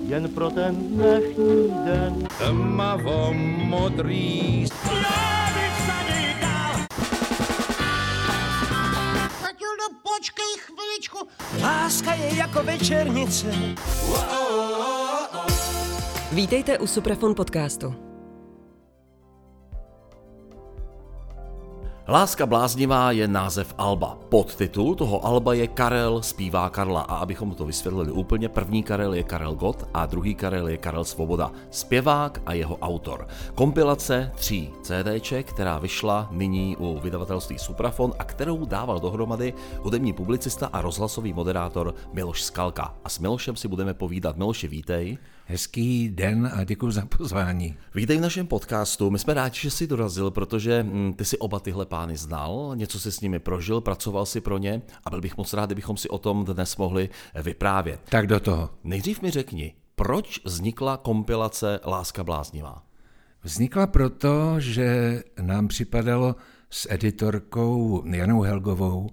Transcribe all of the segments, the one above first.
jen pro ten dnešní den. Tmavomodrý. Matildo, počkej chviličku. Láska je jako večernice. Vítejte u Suprafon podcastu. Láska bláznivá je název alba. Podtitul toho alba je Karel zpívá Karla. A abychom to vysvětlili úplně, první Karel je Karel Gott a druhý Karel je Karel Svoboda. Zpěvák a jeho autor. Kompilace 3 CDček, která vyšla nyní u vydavatelství Suprafon a kterou dával dohromady hudební publicista a rozhlasový moderátor Miloš Skalka. A s Milošem si budeme povídat. Miloši, vítej. Hezký den a děkuji za pozvání. Vítej v našem podcastu. My jsme rádi, že jsi dorazil, protože ty si oba tyhle pány znal, něco si s nimi prožil, pracoval si pro ně a byl bych moc rád, kdybychom si o tom dnes mohli vyprávět. Tak do toho. Nejdřív mi řekni, proč vznikla kompilace Láska bláznivá? Vznikla proto, že nám připadalo s editorkou Janou Helgovou,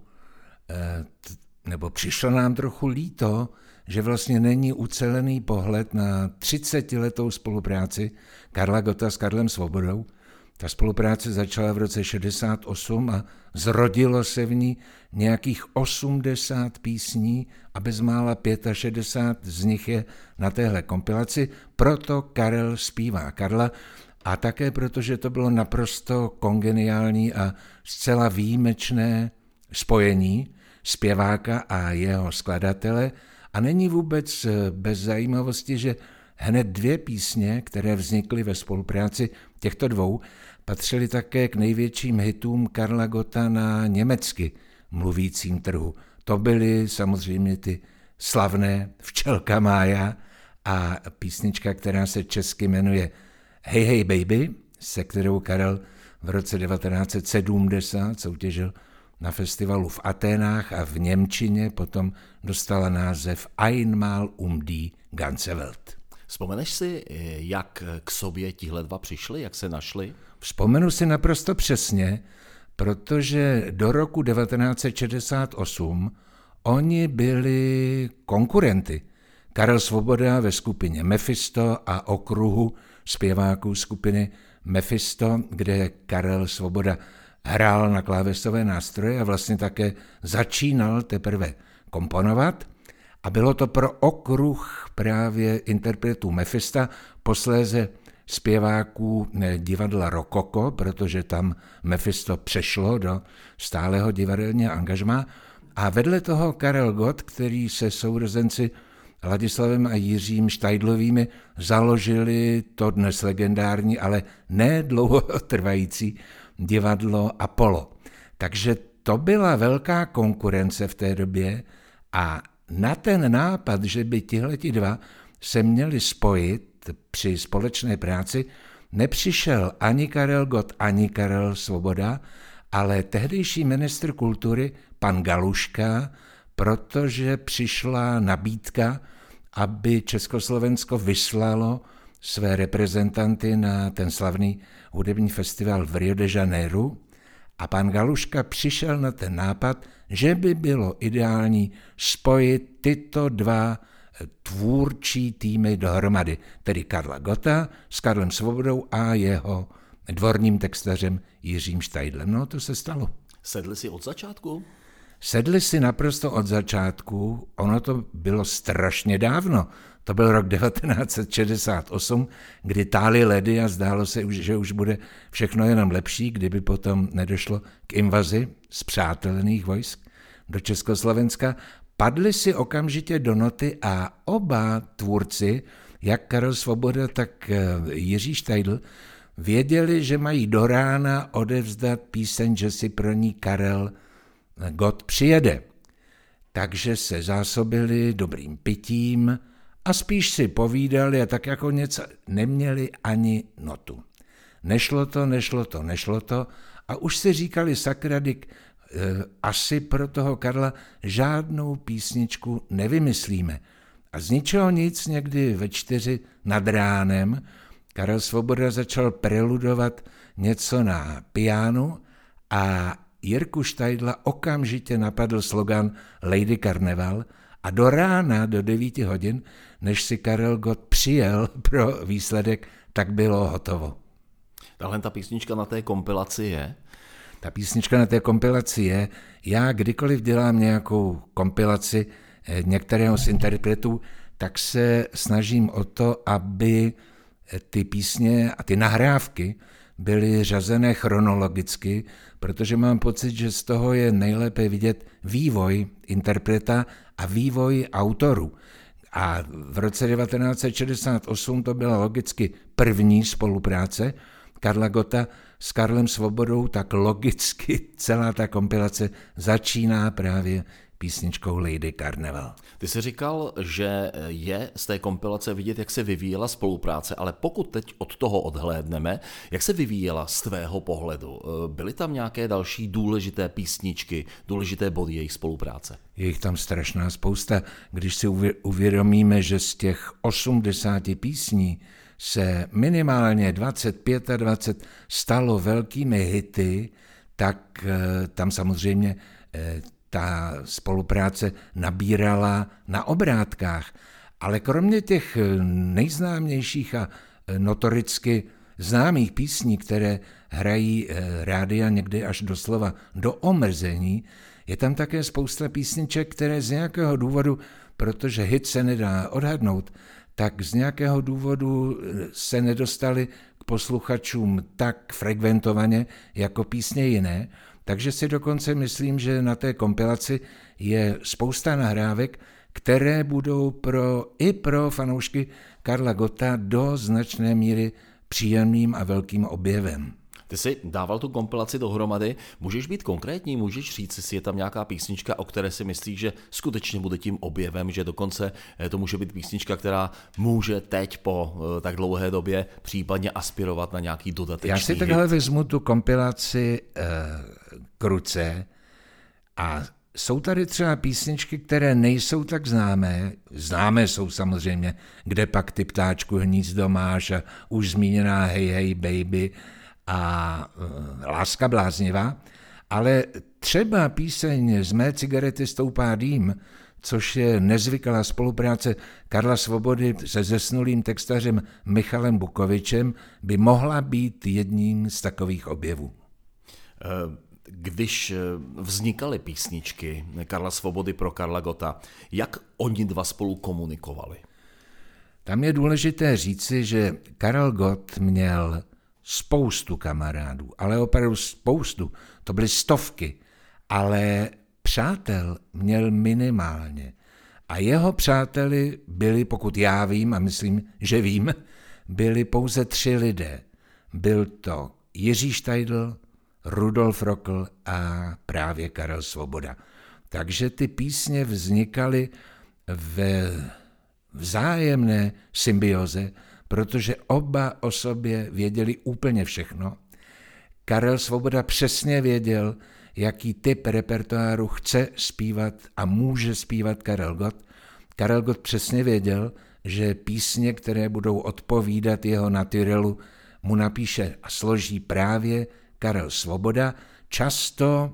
nebo přišlo nám trochu líto, že vlastně není ucelený pohled na 30letou spolupráci Karla Gotta s Karlem Svobodou. Ta spolupráce začala v roce 68 a zrodilo se v ní nějakých 80 písní a bezmála 65 z nich je na téhle kompilaci. Proto Karel zpívá Karla a také proto, že to bylo naprosto kongeniální a zcela výjimečné spojení zpěváka a jeho skladatele. A není vůbec bez zajímavosti, že hned 2 písně, které vznikly ve spolupráci těchto dvou, patřily také k největším hitům Karla Gotta na německy mluvícím trhu. To byly samozřejmě ty slavné Včelka Mája a písnička, která se česky jmenuje Hey Hey Baby, se kterou Karel v roce 1970 soutěžil na festivalu v Aténách a v němčině potom dostala název Einmal die ganze Welt. Vzpomeneš si, jak k sobě tihle dva přišli, jak se našli? Vzpomenu si naprosto přesně, protože do roku 1968 oni byli konkurenty. Karel Svoboda ve skupině Mephisto a okruhu zpěváků skupiny Mephisto, kde Karel Svoboda hrál na klávesové nástroje a vlastně také začínal teprve komponovat. A bylo to pro okruh právě interpretů Mephista, posléze zpěváků divadla Rokoko, protože tam Mephisto přešlo do stálého divadelního angažmá. A vedle toho Karel Gott, který se sourozenci Ladislavem a Jiřím Štajdlovými založili to dnes legendární, ale ne dlouho trvající divadlo Apollo. Takže to byla velká konkurence v té době a na ten nápad, že by tihleti dva se měli spojit při společné práci, nepřišel ani Karel Gott, ani Karel Svoboda, ale tehdejší ministr kultury, pan Galuška, protože přišla nabídka, aby Československo vyslalo své reprezentanty na ten slavný hudební festival v Rio de Janeiro a pan Galuška přišel na ten nápad, že by bylo ideální spojit tyto dva tvůrčí týmy dohromady, tedy Karla Gotta s Karlem Svobodou a jeho dvorním textařem Jiřím Štajdlem. No to se stalo. Sedli si od začátku? Sedli si naprosto od začátku, ono to bylo strašně dávno. To byl rok 1968, kdy tály ledy a zdálo se, že už bude všechno jenom lepší, kdyby potom nedošlo k invazi spřátelených vojsk do Československa. Padli si okamžitě do noty a oba tvůrci, jak Karel Svoboda, tak Jiří Štajdl, věděli, že mají do rána odevzdat píseň, že si pro ní Karel Gott přijede. Takže se zásobili dobrým pitím a spíš si povídali a tak jako něco neměli ani notu. Nešlo to a už si říkali sakradik, asi pro toho Karla žádnou písničku nevymyslíme. A z ničeho nic někdy ve 4 nad ránem Karel Svoboda začal preludovat něco na pianu a Jirku Štajdla okamžitě napadl slogan Lady Carnival a do rána, do 9 hodin, než si Karel Gott přijel pro výsledek, tak bylo hotovo. Tahle ta písnička na té kompilaci je? Ta písnička na té kompilaci je, já kdykoliv dělám nějakou kompilaci některého z interpretů, tak se snažím o to, aby ty písně a ty nahrávky byly řazené chronologicky, protože mám pocit, že z toho je nejlépe vidět vývoj interpreta a vývoj autorů. A v roce 1968 to byla logicky první spolupráce Karla Gotta s Karlem Svobodou, tak logicky celá ta kompilace začíná právě písničkou Lady Carnival. Ty jsi říkal, že je z té kompilace vidět, jak se vyvíjela spolupráce, ale pokud teď od toho odhlédneme, jak se vyvíjela z tvého pohledu? Byly tam nějaké další důležité písničky, důležité body jejich spolupráce? Je jich tam strašná spousta. Když si uvědomíme, že z těch 80 písní se minimálně 25 stalo velkými hity, tak tam samozřejmě ta spolupráce nabírala na obrátkách. Ale kromě těch nejznámějších a notoricky známých písní, které hrají rádia někdy až doslova do omrzení, je tam také spousta písniček, které z nějakého důvodu, protože hit se nedá odhadnout, tak z nějakého důvodu se nedostaly k posluchačům tak frekventovaně jako písně jiné, takže si dokonce myslím, že na té kompilaci je spousta nahrávek, které budou i pro fanoušky Karla Gotta do značné míry příjemným a velkým objevem. Ty jsi dával tu kompilaci dohromady, můžeš být konkrétní, můžeš říct, jestli je tam nějaká písnička, o které si myslíš, že skutečně bude tím objevem, že dokonce to může být písnička, která může teď po tak dlouhé době případně aspirovat na nějaký dodatečný Já si takhle vezmu tu kompilaci k ruce a jsou tady třeba písničky, které nejsou tak známé. Známé jsou samozřejmě, Kde pak ty ptáčku hnízdo máš a už zmíněná Hej hej baby a Láska bláznivá, ale třeba píseň Z mé cigarety stoupá dým, což je nezvyklá spolupráce Karla Svobody se zesnulým textařem Michalem Bukovičem, by mohla být jedním z takových objevů. Když vznikaly písničky Karla Svobody pro Karla Gotta, jak oni dva spolu komunikovali? Tam je důležité říci, že Karel Gott měl spoustu kamarádů, ale opravdu spoustu, to byly stovky, ale přátel měl minimálně. A jeho přáteli byli, pokud já vím, a myslím, že vím, byli pouze 3 lidé. Byl to Jiří Štajdl, Rudolf Rokl a právě Karel Svoboda. Takže ty písně vznikaly ve vzájemné symbioze, protože oba o sobě věděli úplně všechno. Karel Svoboda přesně věděl, jaký typ repertoáru chce zpívat a může zpívat Karel Gott. Karel Gott přesně věděl, že písně, které budou odpovídat jeho naturelu, mu napíše a složí právě Karel Svoboda. Často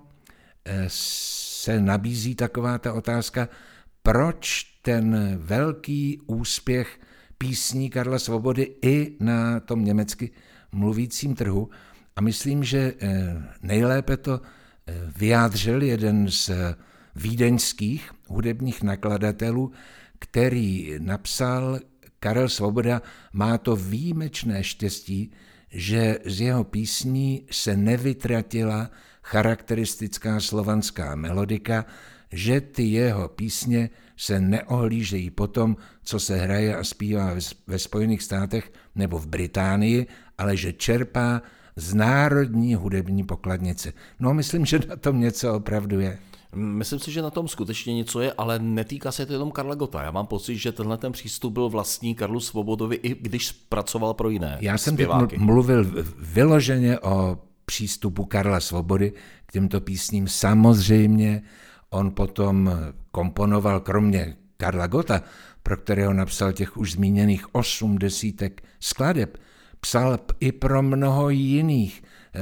se nabízí taková ta otázka, proč ten velký úspěch písní Karla Svobody i na tom německy mluvícím trhu. A myslím, že nejlépe to vyjádřil jeden z vídeňských hudebních nakladatelů, který napsal: Karel Svoboda má to výjimečné štěstí, že z jeho písní se nevytratila charakteristická slovanská melodika, že ty jeho písně se neohlížejí po tom, co se hraje a zpívá ve Spojených státech nebo v Británii, ale že čerpá z národní hudební pokladnice. No, myslím, že na tom něco opravdu je. Myslím si, že na tom skutečně něco je, ale netýká se to jenom Karla Gotta. Já mám pocit, že tenhle ten přístup byl vlastní Karlu Svobodovi, i když pracoval pro jiné Já jsem zpěváky. teď mluvil vyloženě o přístupu Karla Svobody k těmto písním. Samozřejmě on potom komponoval, kromě Karla Gotta, pro kterého napsal těch už zmíněných 8 desítek skladeb, psal i pro mnoho jiných,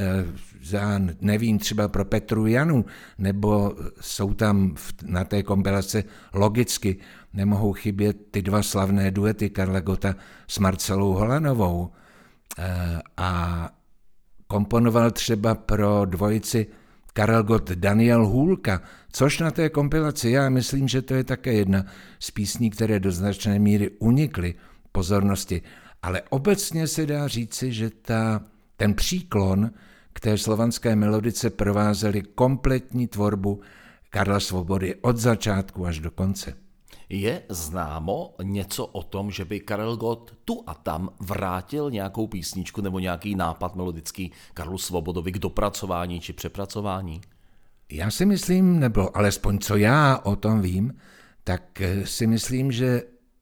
nevím, třeba pro Petru Janu, nebo jsou tam na té kompilaci logicky nemohou chybět ty dva slavné duety Karla Gotta s Marcelou Holanovou. A komponoval třeba pro dvojici Karel Gott, Daniel Hůlka, což na té kompilaci, já myslím, že to je také jedna z písní, které do značné míry unikly pozornosti. Ale obecně se dá říci, že ten příklon k té slovanské melodice provázely kompletní tvorbu Karla Svobody od začátku až do konce. Je známo něco o tom, že by Karel Gott tu a tam vrátil nějakou písničku nebo nějaký nápad melodický Karlu Svobodovi k dopracování či přepracování? Já si myslím, nebo alespoň co já o tom vím, tak si myslím, že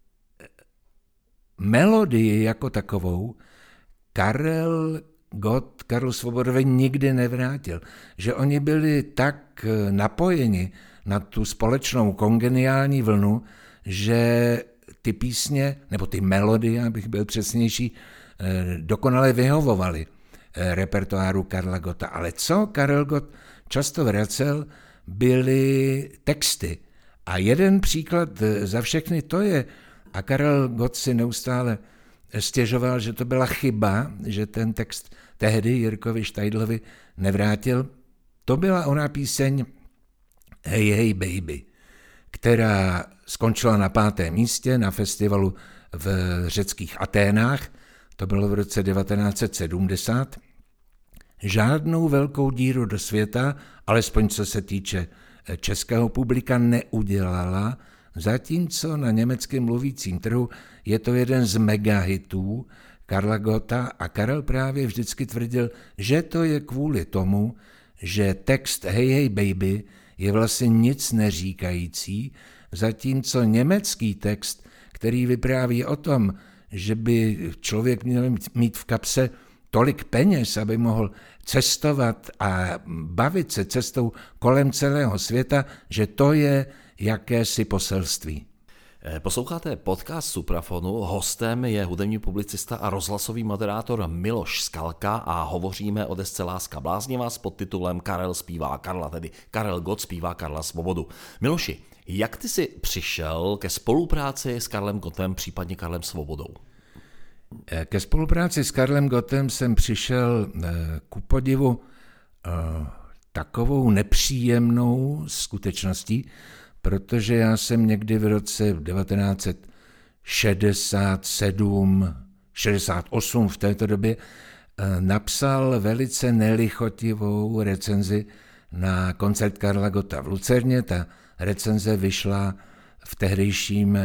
melodii jako takovou Karel Gott Karlu Svobodovi nikdy nevrátil. Že oni byli tak napojeni na tu společnou kongeniální vlnu, že ty písně, nebo ty melodie, abych byl přesnější, dokonale vyhovovaly repertoáru Karla Gotta. Ale co Karel Gott často vracel, byly texty. A jeden příklad za všechny to je, a Karel Gott si neustále stěžoval, že to byla chyba, že ten text tehdy Jirkovi Štajdlovi nevrátil. To byla ona píseň Hej, hej, baby, která skončila na 5. místě na festivalu v řeckých Aténách, to bylo v roce 1970. Žádnou velkou díru do světa, alespoň co se týče českého publika, neudělala, zatímco na německém mluvícím trhu je to jeden z megahitů Karla Gotta a Karel právě vždycky tvrdil, že to je kvůli tomu, že text Hej, hej, baby je vlastně nic neříkající, zatímco německý text, který vypráví o tom, že by člověk měl mít v kapse tolik peněz, aby mohl cestovat a bavit se cestou kolem celého světa, že to je jakési poselství. Posloucháte podcast Suprafonu, hostem je hudební publicista a rozhlasový moderátor Miloš Skalka a hovoříme o desce Láska bláznivá s podtitulem Karel zpívá Karla, tedy Karel Gott zpívá Karla Svobodu. Miloši, jak ty jsi přišel ke spolupráci s Karlem Gottem, případně Karlem Svobodou? Ke spolupráci s Karlem Gottem jsem přišel ku podivu takovou nepříjemnou skutečností, protože já jsem někdy v roce 1967, 68 v této době napsal velice nelichotivou recenzi na koncert Karla Gotta v Lucerně. Ta recenze vyšla v tehdejším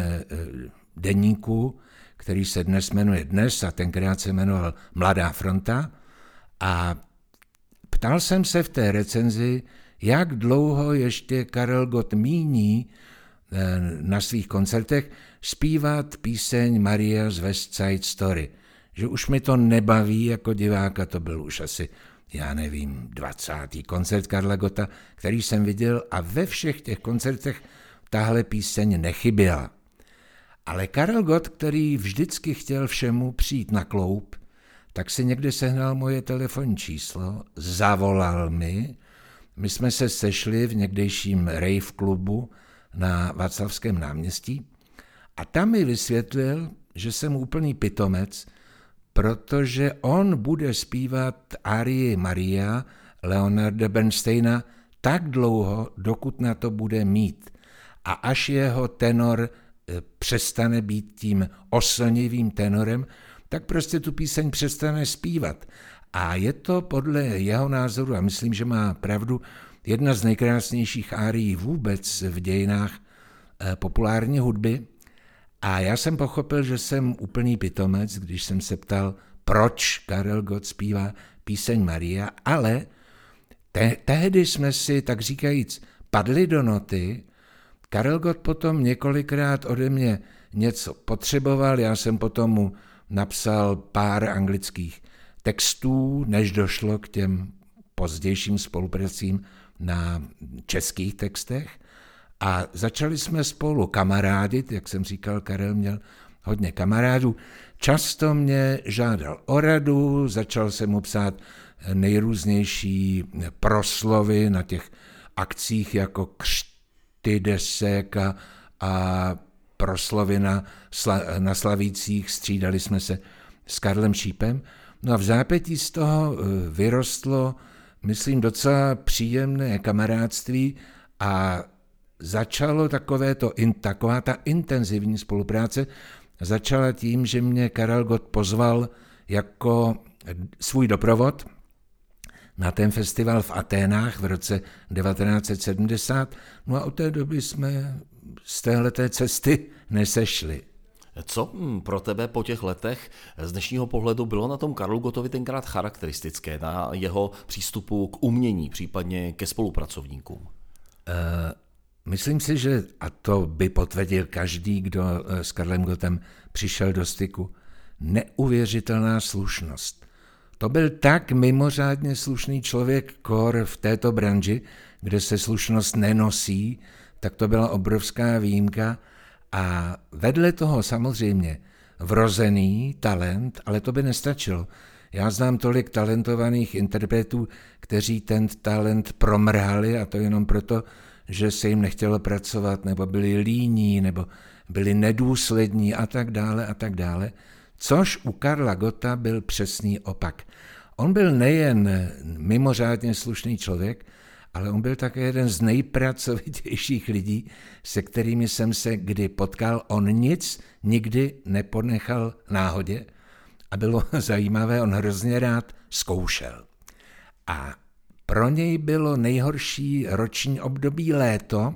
deníku, který se dnes jmenuje Dnes a tenkrát se jmenoval Mladá fronta. A ptal jsem se v té recenzi, jak dlouho ještě Karel Gott míní na svých koncertech zpívat píseň Maria's West Side Story. Že už mi to nebaví jako diváka, to byl už asi, já nevím, 20. koncert Karla Gotta, který jsem viděl a ve všech těch koncertech tahle píseň nechyběla. Ale Karel Gott, který vždycky chtěl všemu přijít na kloup, tak si někde sehnal moje telefonní číslo, zavolal mi. My jsme se sešli v někdejším rave klubu na Václavském náměstí a tam mi vysvětlil, že jsem úplný pitomec, protože on bude zpívat arii Maria Leonarda Bernsteina tak dlouho, dokud na to bude mít. A až jeho tenor přestane být tím oslnivým tenorem, tak prostě tu píseň přestane zpívat. A je to podle jeho názoru, a myslím, že má pravdu, jedna z nejkrásnějších árií vůbec v dějinách populární hudby. A já jsem pochopil, že jsem úplný pitomec, když jsem se ptal, proč Karel Gott zpívá píseň Maria, ale tehdy jsme si, tak říkajíc, padli do noty. Karel Gott potom několikrát ode mě něco potřeboval, já jsem potom mu napsal pár anglických textů, než došlo k těm pozdějším spolupracím na českých textech a začali jsme spolu kamarádit, jak jsem říkal, Karel měl hodně kamarádů, často mě žádal o radu, začal jsem mu psát nejrůznější proslovy na těch akcích jako křty desek a proslovy na Slavících, střídali jsme se s Karlem Šípem. No a v zápětí z toho vyrostlo, myslím, docela příjemné kamarádství a začalo taková ta intenzivní spolupráce. Začala tím, že mě Karel Gott pozval jako svůj doprovod na ten festival v Aténách v roce 1970. No a od té doby jsme z téhleté cesty nesešli. Co pro tebe po těch letech z dnešního pohledu bylo na tom Karlu Gottovi tenkrát charakteristické, na jeho přístupu k umění, případně ke spolupracovníkům? Myslím si, že, a to by potvrdil každý, kdo s Karlem Gottem přišel do styku, neuvěřitelná slušnost. To byl tak mimořádně slušný člověk, kor v této branži, kde se slušnost nenosí, tak to byla obrovská výjimka. A vedle toho samozřejmě vrozený talent, ale to by nestačilo. Já znám tolik talentovaných interpretů, kteří ten talent promrhali, a to jenom proto, že se jim nechtělo pracovat, nebo byli líní, nebo byli nedůslední a tak dále, což u Karla Gotta byl přesný opak. On byl nejen mimořádně slušný člověk, ale on byl také jeden z nejpracovitějších lidí, se kterými jsem se kdy potkal. On nic nikdy neponechal náhodě a bylo zajímavé, on hrozně rád zkoušel. A pro něj bylo nejhorší roční období léto,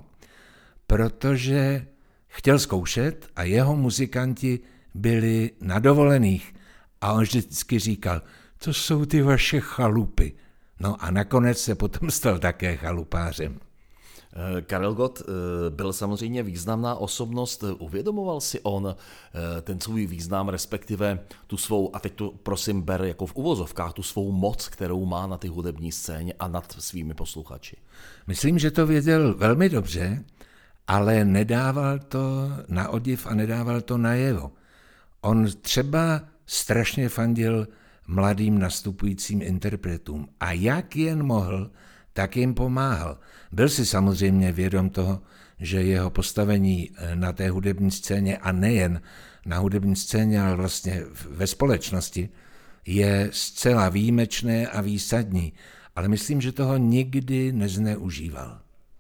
protože chtěl zkoušet a jeho muzikanti byli na dovolených. A on vždycky říkal, to jsou ty vaše chalupy. No a nakonec se potom stal také chalupářem. Karel Gott byl samozřejmě významná osobnost. Uvědomoval si on ten svůj význam, respektive tu svou, a teď to prosím ber jako v uvozovkách, tu svou moc, kterou má na té hudební scéně a nad svými posluchači? Myslím, že to věděl velmi dobře, ale nedával to na odiv a nedával to najevo. On třeba strašně fandil mladým nastupujícím interpretům a jak jen mohl, tak jim pomáhal. Byl si samozřejmě vědom toho, že jeho postavení na té hudební scéně a nejen na hudební scéně, ale vlastně ve společnosti je zcela výjimečné a výsadní, ale myslím, že toho nikdy nezneužíval.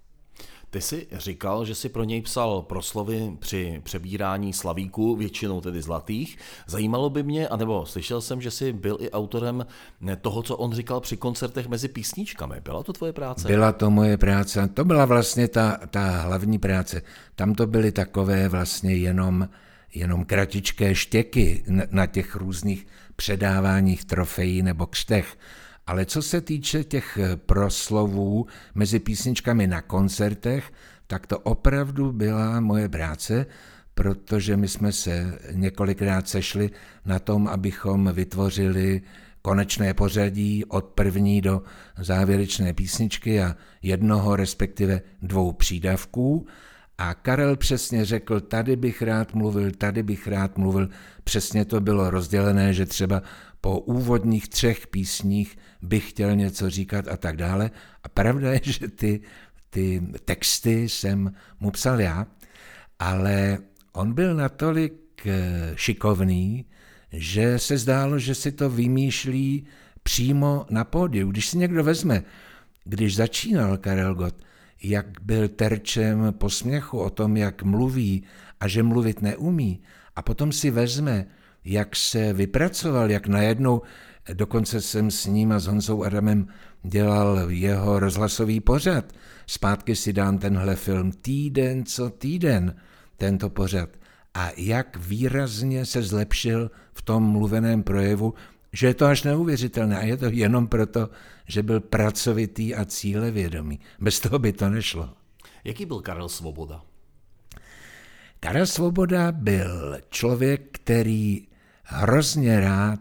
Ty jsi říkal, že jsi pro něj psal proslovy při přebírání slavíků, většinou tedy zlatých. Zajímalo by mě, anebo slyšel jsem, že jsi byl i autorem toho, co on říkal při koncertech mezi písničkami. Byla to tvoje práce? Byla to moje práce. To byla vlastně ta hlavní práce. Tam to byly takové vlastně jenom kratičké štěky na těch různých předáváních trofejí nebo křtech. Ale co se týče těch proslovů mezi písničkami na koncertech, tak to opravdu byla moje práce, protože my jsme se několikrát sešli na tom, abychom vytvořili konečné pořadí od první do závěrečné písničky a jednoho, respektive dvou přídavků. A Karel přesně řekl, tady bych rád mluvil. Přesně to bylo rozdělené, že třeba po úvodních 3 písních bych chtěl něco říkat a tak dále. A pravda je, že ty texty jsem mu psal já, ale on byl natolik šikovný, že se zdálo, že si to vymýšlí přímo na pódiu. Když si někdo vezme, když začínal Karel Gott, jak byl terčem posměchu o tom, jak mluví a že mluvit neumí, a potom si vezme, jak se vypracoval, jak najednou, dokonce jsem s ním a s Honzou Adamem dělal jeho rozhlasový pořad. Zpátky si dám tenhle film týden co týden, tento pořad. A jak výrazně se zlepšil v tom mluveném projevu, že je to až neuvěřitelné. A je to jenom proto, že byl pracovitý a cílevědomý. Bez toho by to nešlo. Jaký byl Karel Svoboda? Karel Svoboda byl člověk, který hrozně rád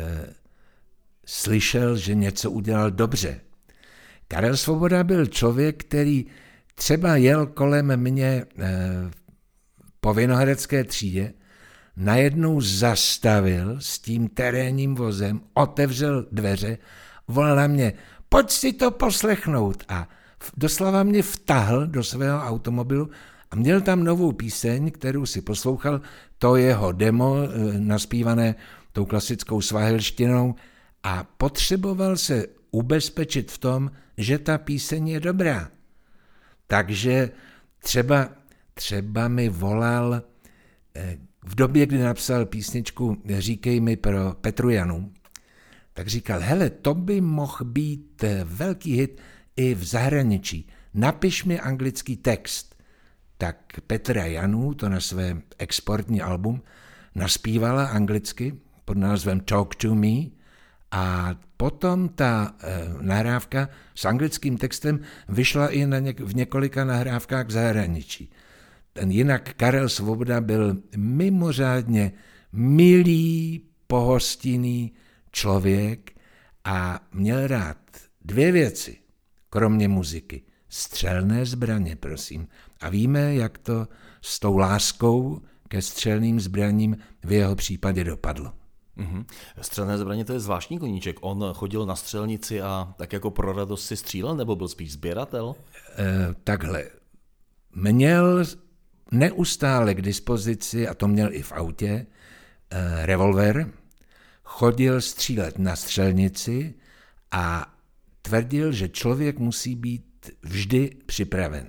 slyšel, že něco udělal dobře. Karel Svoboda byl člověk, který třeba jel kolem mě po Vinohradské třídě, najednou zastavil s tím terénním vozem, otevřel dveře, volal na mě, pojď si to poslechnout, a doslova mě vtahl do svého automobilu A měl tam novou píseň, kterou si poslouchal, to jeho demo, naspívané tou klasickou svahilštinou, a potřeboval se ubezpečit v tom, že ta píseň je dobrá. Takže třeba mi volal v době, kdy napsal písničku Říkej mi pro Petru Janu, tak říkal, hele, to by mohl být velký hit i v zahraničí. Napiš mi anglický text. Tak Petra Janu to na své exportní album naspívala anglicky pod názvem Talk to Me a potom ta nahrávka s anglickým textem vyšla i v několika nahrávkách v zahraničí. Jinak Karel Svoboda byl mimořádně milý, pohostinný člověk a měl rád dvě věci, kromě muziky. Střelné zbraně, prosím. A víme, jak to s tou láskou ke střelným zbraním v jeho případě dopadlo. Mm-hmm. Střelné zbraně, to je zvláštní koníček. On chodil na střelnici a tak jako pro radost si střílel, nebo byl spíš sběratel? Takhle. Měl neustále k dispozici, a to měl i v autě, revolver, chodil střílet na střelnici a tvrdil, že člověk musí být vždy připraven.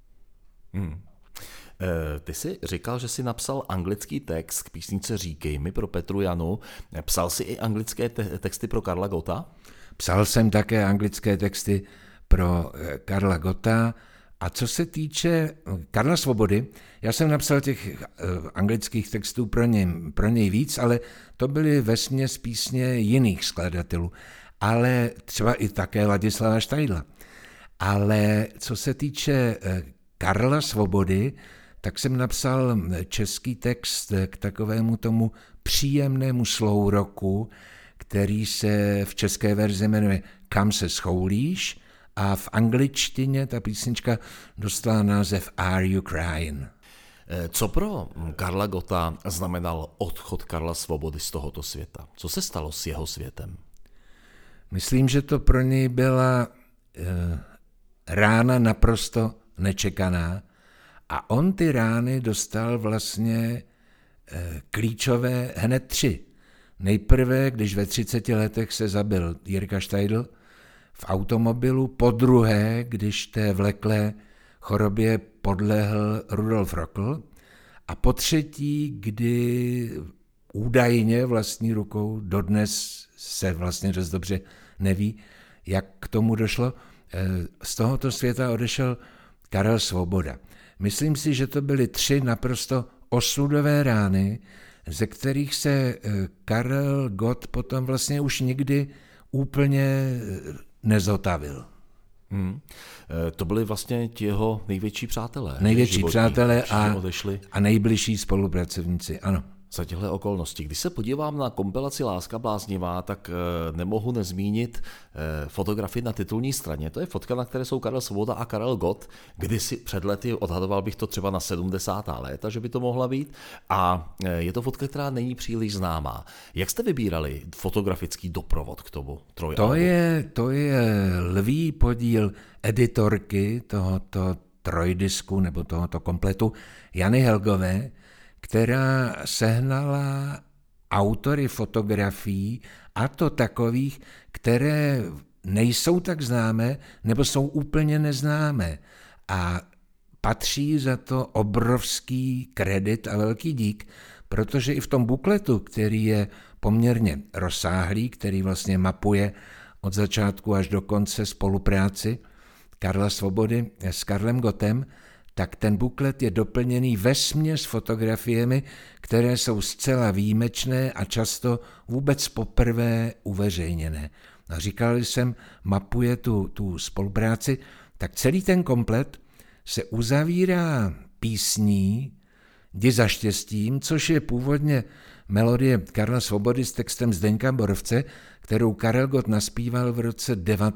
Ty jsi říkal, že jsi napsal anglický text k písnice Říkej mi pro Petru Janu. Psal jsi i anglické texty pro Karla Gotta? Psal jsem také anglické texty pro Karla Gotta. A co se týče Karla Svobody, já jsem napsal těch anglických textů pro něj víc, ale to byly vesměs písně jiných skladatelů, ale třeba i také Ladislava Štajdla. Ale co se týče Karla Svobody, tak jsem napsal český text k takovému tomu příjemnému slow rocku, který se v české verzi jmenuje Kam se schoulíš, a v angličtině ta písnička dostala název Are You Crying? Co pro Karla Gotta znamenal odchod Karla Svobody z tohoto světa? Co se stalo s jeho světem? Myslím, že to pro něj byla rána naprosto nečekaná a on ty rány dostal vlastně klíčové hned 3. Nejprve, když ve 30 letech se zabil Jirka Štajdl v automobilu, po druhé, když té vleklé chorobě podlehl Rudolf Rockl, a po třetí, kdy údajně vlastní rukou, dodnes se vlastně dost dobře neví, jak k tomu došlo, z tohoto světa odešel Karel Svoboda. Myslím si, že to byly 3 naprosto osudové rány, ze kterých se Karel Gott potom vlastně už nikdy úplně nezotavil. To byli vlastně ti jeho největší přátelé. Největší přátelé a nejbližší spolupracovníci, ano. Za těchto okolností. Když se podívám na kompilaci Láska bláznivá, tak nemohu nezmínit fotografii na titulní straně. To je fotka, na které jsou Karel Svoboda a Karel Gott. Kdysi před lety, odhadoval bych to třeba na 70. léta, že by to mohla být. A je to fotka, která není příliš známá. Jak jste vybírali fotografický doprovod k tomu trojalbu? To je lví podíl editorky tohoto trojdisku nebo tohoto kompletu Jany Helgové, která sehnala autory fotografií, a to takových, které nejsou tak známé nebo jsou úplně neznámé. A patří za to obrovský kredit a velký dík, protože i v tom bukletu, který je poměrně rozsáhlý, který vlastně mapuje od začátku až do konce spolupráci Karla Svobody s Karlem Gottem, tak ten buklet je doplněný vesměs fotografiemi, které jsou zcela výjimečné a často vůbec poprvé uveřejněné. A říkal jsem, mapuje tu spolupráci, tak celý ten komplet se uzavírá písní Jdi za štěstím, což je původně melodie Karla Svobody s textem Zdeňka Borovce, kterou Karel Gott naspíval v roce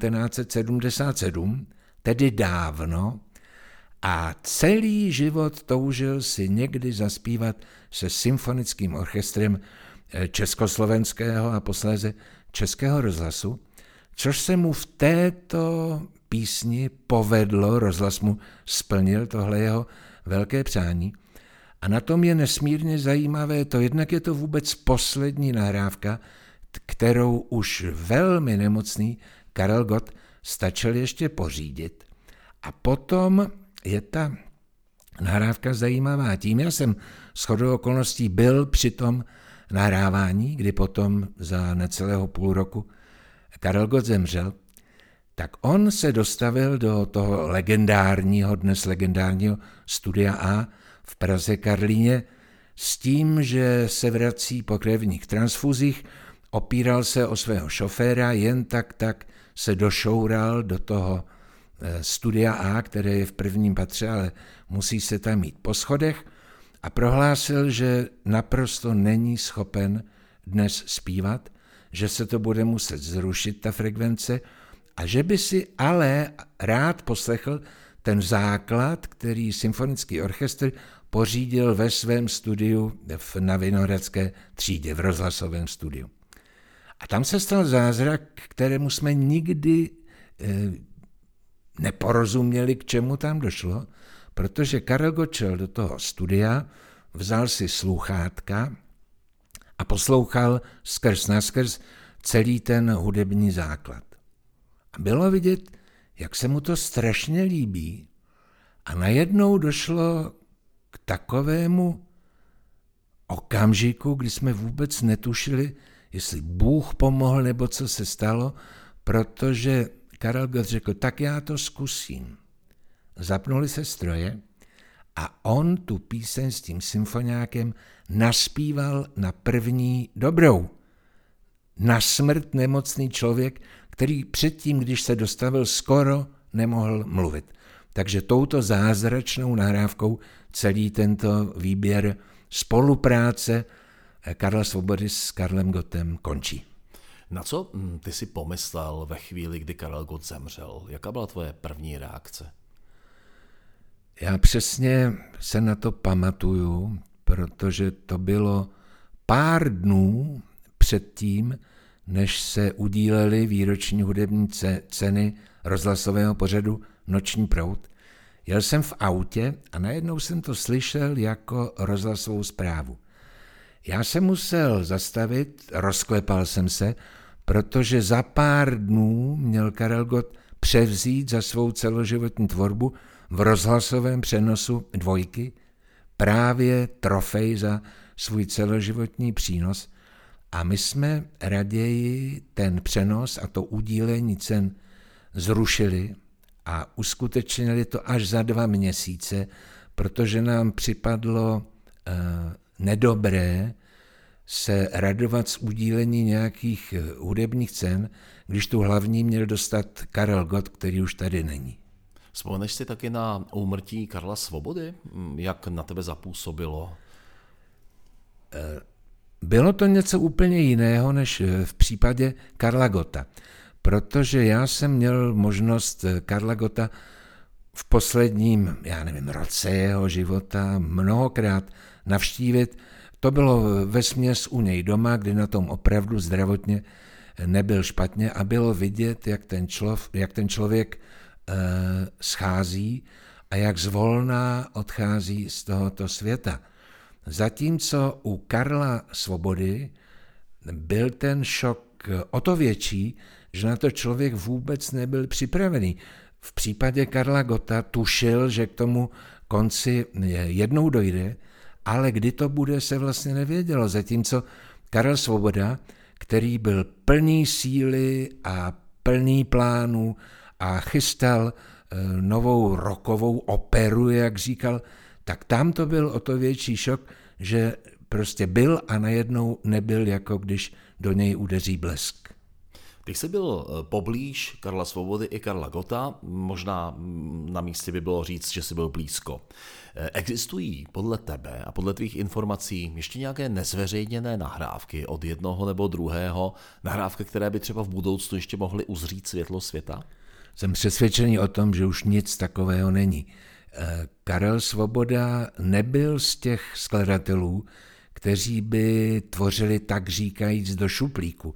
1977, tedy dávno, a celý život toužil si někdy zaspívat se symfonickým orchestrem československého a posléze Českého rozhlasu, což se mu v této písni povedlo, rozhlas mu splnil tohle jeho velké přání. A na tom je nesmírně zajímavé to, jednak je to vůbec poslední nahrávka, kterou už velmi nemocný Karel Gott stačil ještě pořídit. A potom je ta nahrávka zajímavá tím, já jsem shodou okolností byl při tom nahrávání, kdy potom za necelého půl roku Karel Gott zemřel, tak on se dostavil do toho dnes legendárního Studia A v Praze Karlíně s tím, že se vrací po krevních transfuzích, opíral se o svého šoféra, jen tak se došoural do toho Studia A, které je v prvním patře, ale musí se tam jít po schodech, a prohlásil, že naprosto není schopen dnes zpívat, že se to bude muset zrušit, ta frekvence, a že by si ale rád poslechl ten základ, který symfonický orchestr pořídil ve svém studiu na Vinohradské třídě, v rozhlasovém studiu. A tam se stal zázrak, kterému jsme nikdy neporozuměli, k čemu tam došlo, protože Karel Gott šel do toho studia, vzal si sluchátka a poslouchal skrz naskrz celý ten hudební základ. A bylo vidět, jak se mu to strašně líbí. A najednou došlo k takovému okamžiku, kdy jsme vůbec netušili, jestli Bůh pomohl, nebo co se stalo, protože Karel Gott řekl, tak já to zkusím. Zapnuli se stroje a on tu píseň s tím symfoniákem naspíval na první dobrou. Na smrt nemocný člověk, který předtím, když se dostavil, skoro nemohl mluvit. Takže touto zázračnou nahrávkou celý tento výběr spolupráce Karla Svobody s Karlem Gottem končí. Na co ty si pomyslel ve chvíli, kdy Karel Gott zemřel? Jaká byla tvoje první reakce? Já přesně se na to pamatuju, protože to bylo pár dnů předtím, než se udílely výroční hudební ceny rozhlasového pořadu Noční proud. Jel jsem v autě a najednou jsem to slyšel jako rozhlasovou zprávu. Já jsem musel zastavit, rozklepal jsem se, protože za pár dnů měl Karel Gott převzít za svou celoživotní tvorbu v rozhlasovém přenosu Dvojky právě trofej za svůj celoživotní přínos, a my jsme raději ten přenos a to udílení cen zrušili a uskutečnili to až za 2 měsíce, protože nám připadlo nedobré se radovat z udílení nějakých hudebních cen, když tu hlavní měl dostat Karel Gott, který už tady není. Vzpomeneš si taky na úmrtí Karla Svobody? Jak na tebe zapůsobilo? Bylo to něco úplně jiného než v případě Karla Gotta, protože já jsem měl možnost Karla Gotta v posledním, roce jeho života mnohokrát navštívit. To bylo vesměs u něj doma, kdy na tom opravdu zdravotně nebyl špatně a bylo vidět, jak ten člověk schází a jak zvolna odchází z tohoto světa. Zatímco u Karla Svobody byl ten šok o to větší, že na to člověk vůbec nebyl připravený. V případě Karla Gotta tušil, že k tomu konci jednou dojde, ale kdy to bude, se vlastně nevědělo. Zatímco Karel Svoboda, který byl plný síly a plný plánů a chystal novou rockovou operu, jak říkal, tak tam to byl o to větší šok, že prostě byl a najednou nebyl, jako když do něj udeří blesk. Ty jsi byl poblíž Karla Svobody i Karla Gotta, možná na místě by bylo říct, že jsi byl blízko. Existují podle tebe a podle tvých informací ještě nějaké nezveřejněné nahrávky od jednoho nebo druhého, nahrávky, které by třeba v budoucnu ještě mohly uzřít světlo světa? Jsem přesvědčený o tom, že už nic takového není. Karel Svoboda nebyl z těch skladatelů, kteří by tvořili tak říkajíc do šuplíku.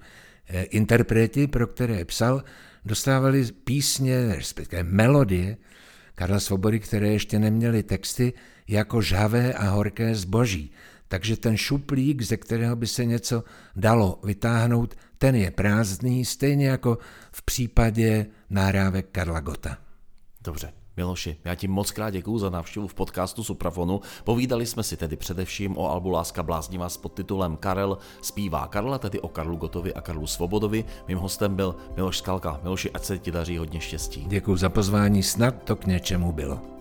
Interpreti, pro které psal, dostávali písně, respektive melodie, Karla Svobody, které ještě neměly texty, jako žhavé a horké zboží. Takže ten šuplík, ze kterého by se něco dalo vytáhnout, ten je prázdný, stejně jako v případě nahrávek Karla Gotta. Dobře. Miloši, já ti moc krát děkuju za návštěvu v podcastu Suprafonu. Povídali jsme si tedy především o albu Láska bláznivá s podtitulem Karel zpívá Karla, tedy o Karlu Gottovi a Karlu Svobodovi. Mým hostem byl Miloš Skalka. Miloši, ať se ti daří, hodně štěstí. Děkuju za pozvání, snad to k něčemu bylo.